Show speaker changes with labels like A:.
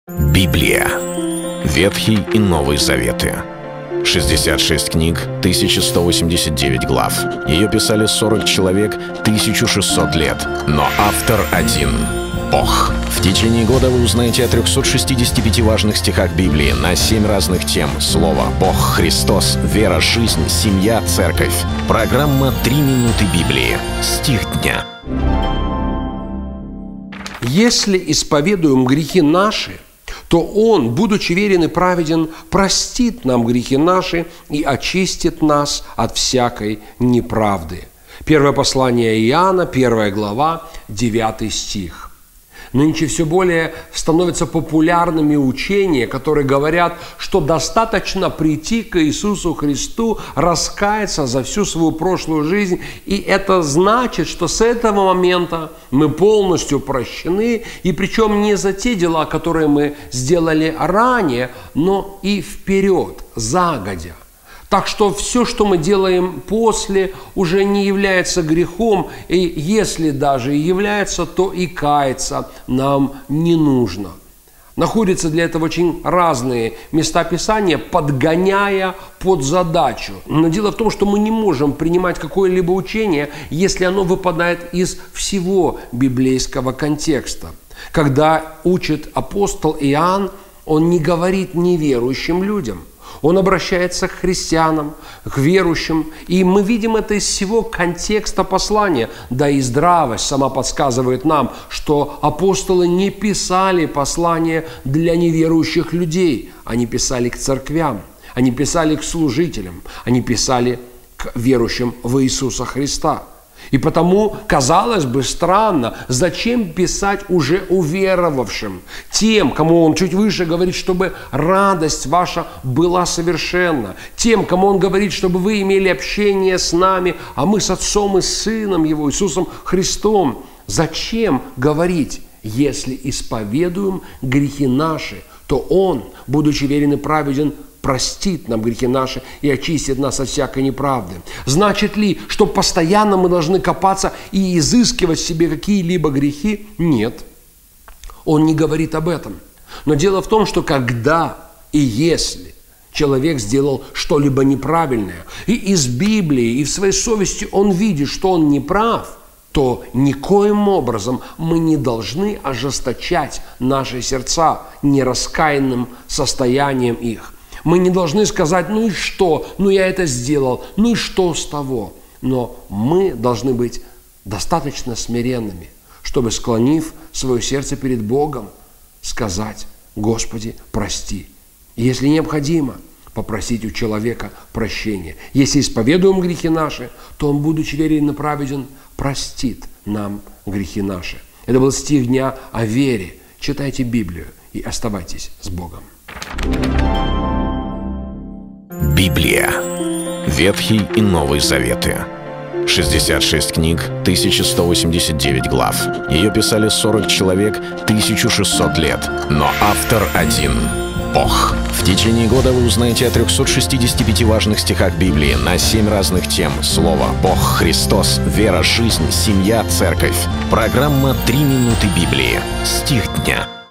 A: Библия. Ветхий и Новый Заветы. 66 книг, 1189 глав. Ее писали 40 человек, 1600 лет. Но автор один — Бог. В течение года вы узнаете о 365 важных стихах Библии на 7 разных тем. Слово, Бог, Христос, вера, жизнь, семья, церковь. Программа «3 минуты Библии». Стих дня.
B: Если исповедуем грехи наши, то Он, будучи верен и праведен, простит нам грехи наши и очистит нас от всякой неправды. Первое послание Иоанна, 1 глава, 9 стих. Нынче все более становятся популярными учения, которые говорят, что достаточно прийти к Иисусу Христу, раскаяться за всю свою прошлую жизнь, и это значит, что с этого момента мы полностью прощены, и причем не за те дела, которые мы сделали ранее, но и вперед, загодя. Так что все, что мы делаем после, уже не является грехом, и если даже и является, то и каяться нам не нужно. Находятся для этого очень разные места Писания, подгоняя под задачу. Но дело в том, что мы не можем принимать какое-либо учение, если оно выпадает из всего библейского контекста. Когда учит апостол Иоанн, он не говорит неверующим людям. Он обращается к христианам, к верующим, и мы видим это из всего контекста послания. Да и здравость сама подсказывает нам, что апостолы не писали послания для неверующих людей. Они писали к церквям, они писали к служителям, они писали к верующим в Иисуса Христа. И потому, казалось бы, странно, зачем писать уже уверовавшим, тем, кому он чуть выше говорит, чтобы радость ваша была совершенна, тем, кому он говорит, чтобы вы имели общение с нами, а мы с Отцом и Сыном Его, Иисусом Христом. Зачем говорить, если исповедуем грехи наши, то Он, будучи верен и праведен, простит нам грехи наши и очистит нас от всякой неправды. Значит ли, что постоянно мы должны копаться и изыскивать в себе какие-либо грехи? Нет. Он не говорит об этом. Но дело в том, что когда и если человек сделал что-либо неправильное, и из Библии, и в своей совести он видит, что он не прав, то никоим образом мы не должны ожесточать наши сердца нераскаянным состоянием их. Мы не должны сказать, ну и что, ну я это сделал, ну и что с того. Но мы должны быть достаточно смиренными, чтобы, склонив свое сердце перед Богом, сказать: Господи, прости. И если необходимо, попросить у человека прощения. Если исповедуем грехи наши, то Он, будучи верен и праведен, простит нам грехи наши. Это был стих дня о вере. Читайте Библию и оставайтесь с Богом.
A: Библия. Ветхий и Новый Заветы. 66 книг, 1189 глав. Ее писали 40 человек, 1600 лет. Но автор один — Бог. В течение года вы узнаете о 365 важных стихах Библии на 7 разных тем. Слово, Бог, Христос, вера, жизнь, семья, церковь. Программа «3 минуты Библии». Стих дня.